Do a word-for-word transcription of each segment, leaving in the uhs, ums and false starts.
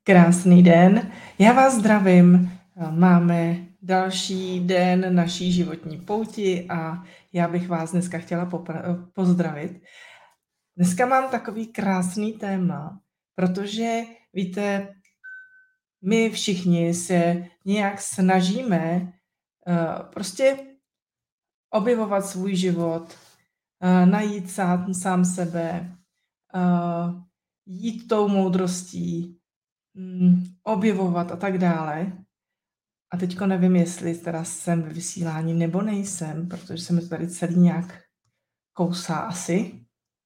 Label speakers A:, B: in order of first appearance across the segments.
A: Krásný den, já vás zdravím. Máme další den naší životní pouti a já bych vás dneska chtěla popra- pozdravit. Dneska mám takový krásný téma, protože víte, my všichni se nějak snažíme uh, prostě objevovat svůj život, uh, najít sám, sám sebe, uh, jít tou moudrostí, mm, objevovat a tak dále. A teďko nevím, jestli teda jsem ve vysílání nebo nejsem, protože se mi to tady celý nějak kousá asi.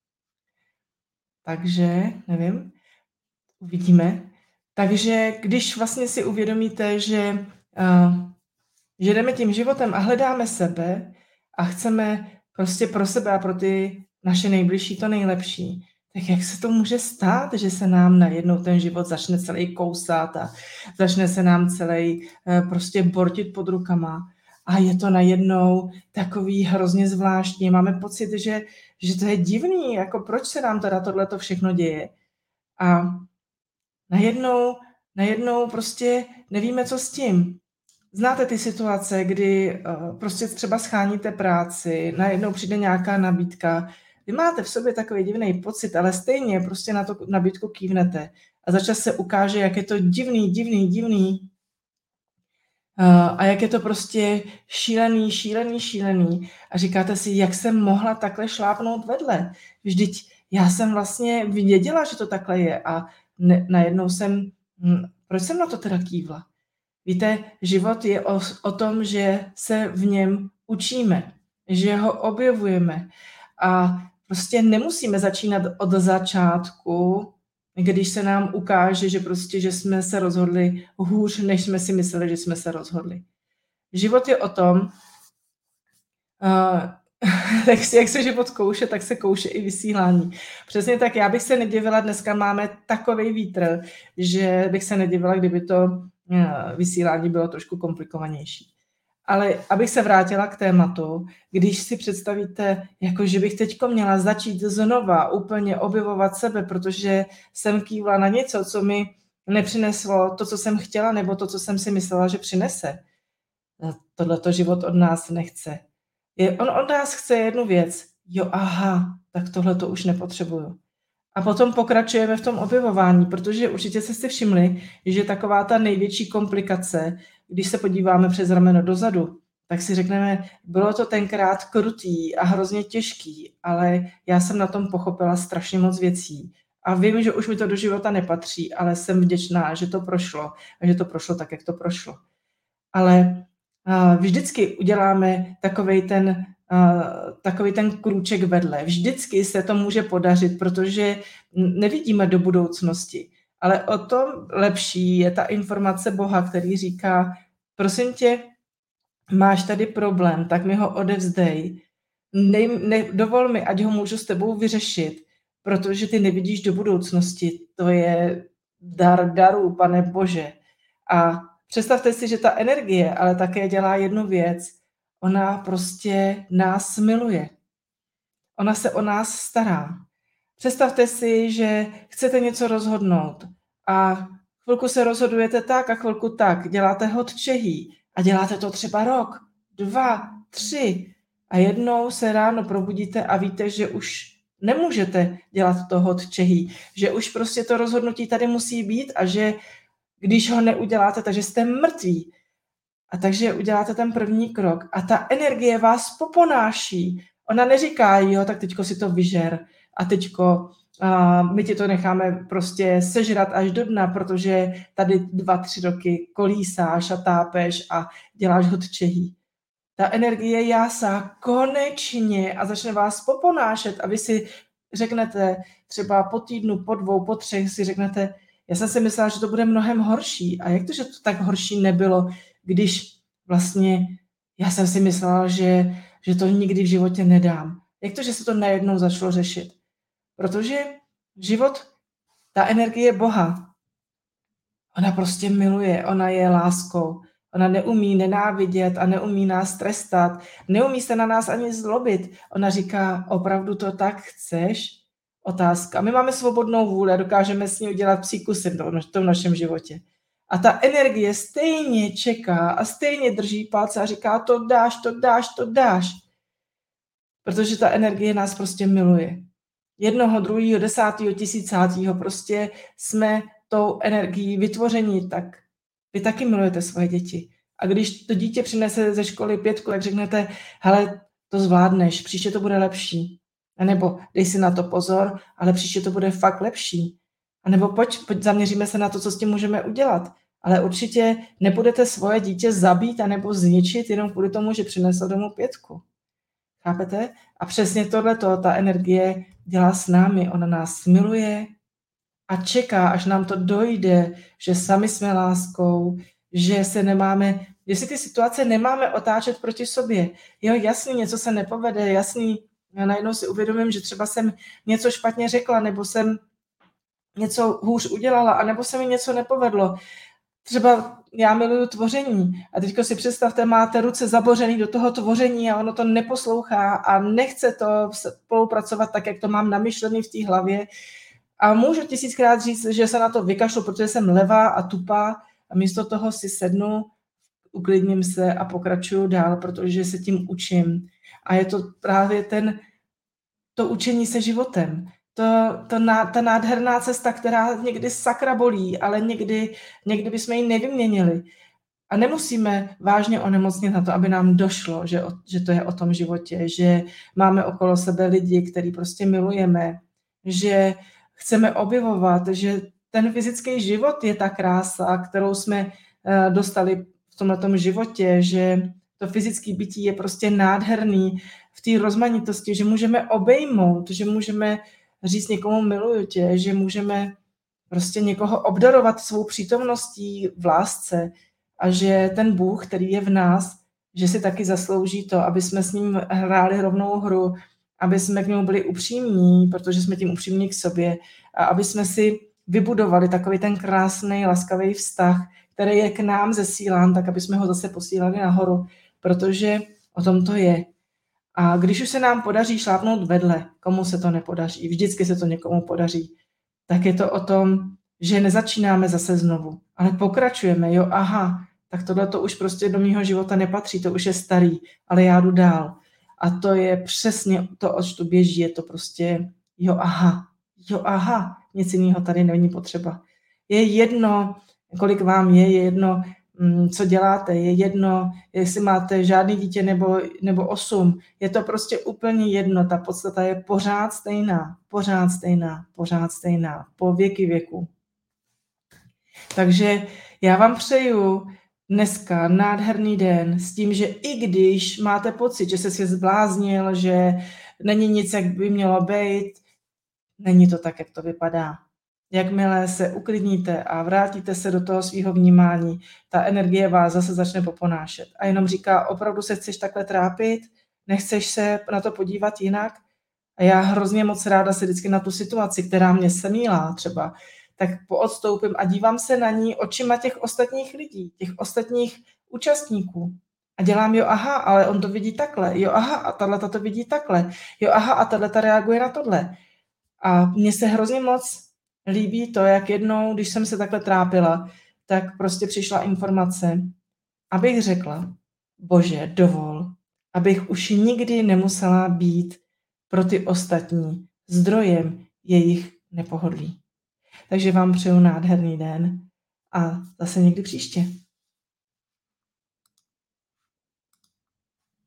A: Takže nevím, uvidíme. Takže když vlastně si uvědomíte, že, uh, že jdeme tím životem a hledáme sebe a chceme prostě pro sebe a pro ty naše nejbližší to nejlepší, tak jak se to může stát, že se nám najednou ten život začne celý kousat a začne se nám celý uh, prostě bortit pod rukama a je to najednou takový hrozně zvláštní. Máme pocit, že, že to je divný, jako proč se nám teda tohleto všechno děje. A najednou, najednou prostě nevíme, co s tím. Znáte ty situace, kdy uh, prostě třeba scháníte práci, najednou přijde nějaká nabídka, vy máte v sobě takový divný pocit, ale stejně prostě na tu nabídku kývnete a za čas se ukáže, jak je to divný, divný, divný uh, a jak je to prostě šílený, šílený, šílený a říkáte si, jak jsem mohla takhle šlápnout vedle. Vždyť já jsem vlastně věděla, že to takhle je a ne, najednou jsem, hm, proč jsem na to teda kývla? Víte, život je o, o tom, že se v něm učíme, že ho objevujeme a prostě nemusíme začínat od začátku, když se nám ukáže, že prostě, že jsme se rozhodli hůř, než jsme si mysleli, že jsme se rozhodli. Život je o tom, uh, tak si, jak se život kouše, tak se kouše i vysílání. Přesně tak, já bych se nedivila, dneska máme takovej vítr, že bych se nedivila, kdyby to vysílání bylo trošku komplikovanější. Ale abych se vrátila k tématu, když si představíte, jako že bych teďko měla začít znova úplně objevovat sebe, protože jsem kývla na něco, co mi nepřineslo to, co jsem chtěla, nebo to, co jsem si myslela, že přinese. Tohleto život od nás nechce. On od nás chce jednu věc. Jo, aha, tak tohleto už nepotřebuju. A potom pokračujeme v tom objevování, protože určitě jste si všimli, že taková ta největší komplikace, když se podíváme přes rameno dozadu, tak si řekneme, bylo to tenkrát krutý a hrozně těžký, ale já jsem na tom pochopila strašně moc věcí. A vím, že už mi to do života nepatří, ale jsem vděčná, že to prošlo a že to prošlo tak, jak to prošlo. Ale vždycky uděláme takovej ten Uh, takový ten krůček vedle. Vždycky se to může podařit, protože nevidíme do budoucnosti. Ale o to lepší je ta informace Boha, který říká, prosím tě, máš tady problém, tak mi ho odevzdej. Ne, ne, dovol mi, ať ho můžu s tebou vyřešit, protože ty nevidíš do budoucnosti. To je dar darů, Pane Bože. A představte si, že ta energie ale také dělá jednu věc, ona prostě nás miluje. Ona se o nás stará. Představte si, že chcete něco rozhodnout a chvilku se rozhodujete tak a chvilku tak. Děláte hod čehý a děláte to třeba rok, dva, tři a jednou se ráno probudíte a víte, že už nemůžete dělat to hod čehý, že už prostě to rozhodnutí tady musí být a že když ho neuděláte, takže jste mrtví. A takže uděláte ten první krok a ta energie vás poponáší. Ona neříká, jo, tak teďko si to vyžer a teďko uh, my ti to necháme prostě sežrat až do dna, protože tady dva, tři roky kolísáš a tápeš a děláš hod čehý. Ta energie jásá konečně a začne vás poponášet a vy si řeknete třeba po týdnu, po dvou, po třech si řeknete, já jsem si myslela, že to bude mnohem horší. A jak to, že to tak horší nebylo, když vlastně já jsem si myslela, že, že to nikdy v životě nedám. Jak to, že se to najednou začalo řešit? Protože život, ta energie Boha, ona prostě miluje, ona je láskou. Ona neumí nenávidět a neumí nás trestat, neumí se na nás ani zlobit. Ona říká, opravdu to tak chceš? otázka. My máme svobodnou vůli a dokážeme s ní udělat psí kusy v tom našem životě. A ta energie stejně čeká a stejně drží palce a říká, to dáš, to dáš, to dáš. Protože ta energie nás prostě miluje. Jednoho, druhého, desátého, tisícátého prostě jsme tou energií vytvoření tak. Vy taky milujete svoje děti. A když to dítě přinese ze školy pětku, tak řeknete, hele, to zvládneš, příště to bude lepší. A nebo dej si na to pozor, ale příště to bude fakt lepší. A nebo pojď, pojď, zaměříme se na to, co s tím můžeme udělat. Ale určitě nebudete svoje dítě zabít anebo zničit jenom kvůli tomu, že přinesl domů pětku. Chápete? A přesně tohleto, ta energie dělá s námi. Ona nás miluje a čeká, až nám to dojde, že sami jsme láskou, že se nemáme, že si ty situace nemáme otáčet proti sobě. Jo, jasný, něco se nepovede, jasný, já najednou si uvědomím, že třeba jsem něco špatně řekla, nebo jsem něco hůř udělala, anebo se mi něco nepovedlo. Třeba já miluju tvoření a teďko si představte, máte ruce zabořený do toho tvoření a ono to neposlouchá a nechce to spolupracovat tak, jak to mám namyšlený v té hlavě. A můžu tisíckrát říct, že se na to vykašlu, protože jsem levá a tupá a místo toho si sednu, uklidním se a pokračuju dál, protože se tím učím. A je to právě ten, to učení se životem. To, to, ta nádherná cesta, která někdy sakra bolí, ale někdy, někdy bychom ji nevyměnili. A nemusíme vážně onemocnit na to, aby nám došlo, že, že to je o tom životě, že máme okolo sebe lidi, který prostě milujeme, že chceme objevovat, že ten fyzický život je ta krása, kterou jsme dostali v tomhletom životě, že to fyzické bytí je prostě nádherný v té rozmanitosti, že můžeme obejmout, že můžeme říct někomu miluju tě, že můžeme prostě někoho obdarovat svou přítomností v lásce a že ten Bůh, který je v nás, že si taky zaslouží to, aby jsme s ním hráli rovnou hru, aby jsme k němu byli upřímní, protože jsme tím upřímní k sobě a aby jsme si vybudovali takový ten krásný, laskavý vztah, který je k nám zesílán, tak aby jsme ho zase posílali nahoru, protože o tom to je. A když už se nám podaří šlápnout vedle, komu se to nepodaří, vždycky se to někomu podaří, tak je to o tom, že nezačínáme zase znovu, ale pokračujeme, jo, aha, tak tohle to už prostě do mýho života nepatří, to už je starý, ale já jdu dál. A to je přesně to, oč tu běží, je to prostě, jo, aha, jo, aha, nic jiného tady není potřeba. Je jedno, kolik vám je, je jedno, co děláte, je jedno, jestli máte žádný dítě nebo, nebo osm, je to prostě úplně jedno, ta podstata je pořád stejná, pořád stejná, pořád stejná, po věky věku. Takže já vám přeju dneska nádherný den s tím, že i když máte pocit, že se svět zbláznil, že není nic, jak by mělo být, není to tak, jak to vypadá. Jakmile se uklidníte a vrátíte se do toho svého vnímání, ta energie vás zase začne poponášet. A jenom říká, opravdu se chceš takhle trápit, nechceš se na to podívat jinak? A já hrozně moc ráda se vždycky na tu situaci, která mě semílá třeba, tak poodstoupím a dívám se na ní očima těch ostatních lidí, těch ostatních účastníků. A dělám, jo, aha, ale on to vidí takhle, jo, aha, a tato to vidí takhle, jo, aha, a tato reaguje na tohle. A mně se hrozně moc líbí to, jak jednou, když jsem se takhle trápila, tak prostě přišla informace, abych řekla, Bože, dovol, abych už nikdy nemusela být pro ty ostatní zdrojem jejich nepohodlí. Takže vám přeju nádherný den a zase někdy příště.